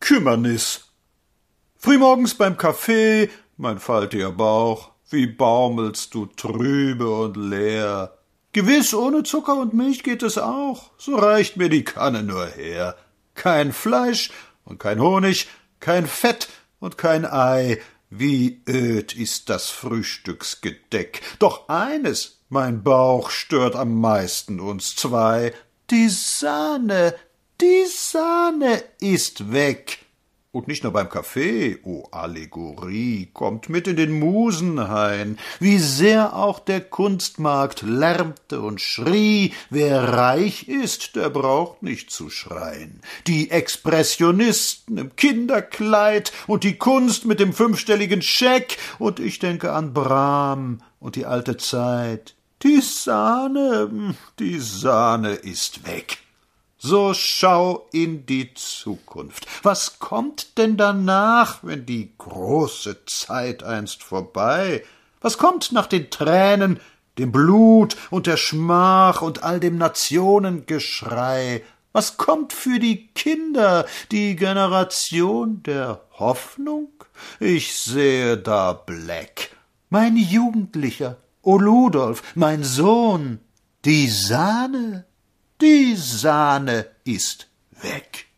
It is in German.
Kümmernis. Frühmorgens beim Kaffee, mein faltiger Bauch, wie baumelst du trübe und leer. Gewiss, ohne Zucker und Milch geht es auch, so reicht mir die Kanne nur her. Kein Fleisch und kein Honig, kein Fett und kein Ei, wie öd ist das Frühstücksgedeck. Doch eines, mein Bauch, stört am meisten uns zwei. Die Sahne ist weg. Und nicht nur beim Kaffee, o Allegorie, kommt mit in den Musenhain, wie sehr auch der Kunstmarkt lärmte und schrie, wer reich ist, der braucht nicht zu schreien. Die Expressionisten im Kinderkleid und die Kunst mit dem 5-stelligen Scheck, und ich denke an Bram und die alte Zeit. Die Sahne ist weg. So schau in die Zukunft. Was kommt denn danach, wenn die große Zeit einst vorbei? Was kommt nach den Tränen, dem Blut und der Schmach und all dem Nationengeschrei? Was kommt für die Kinder, die Generation der Hoffnung? Ich sehe da Black. Mein Jugendlicher, o Ludolf, mein Sohn, die Sahne ist weg.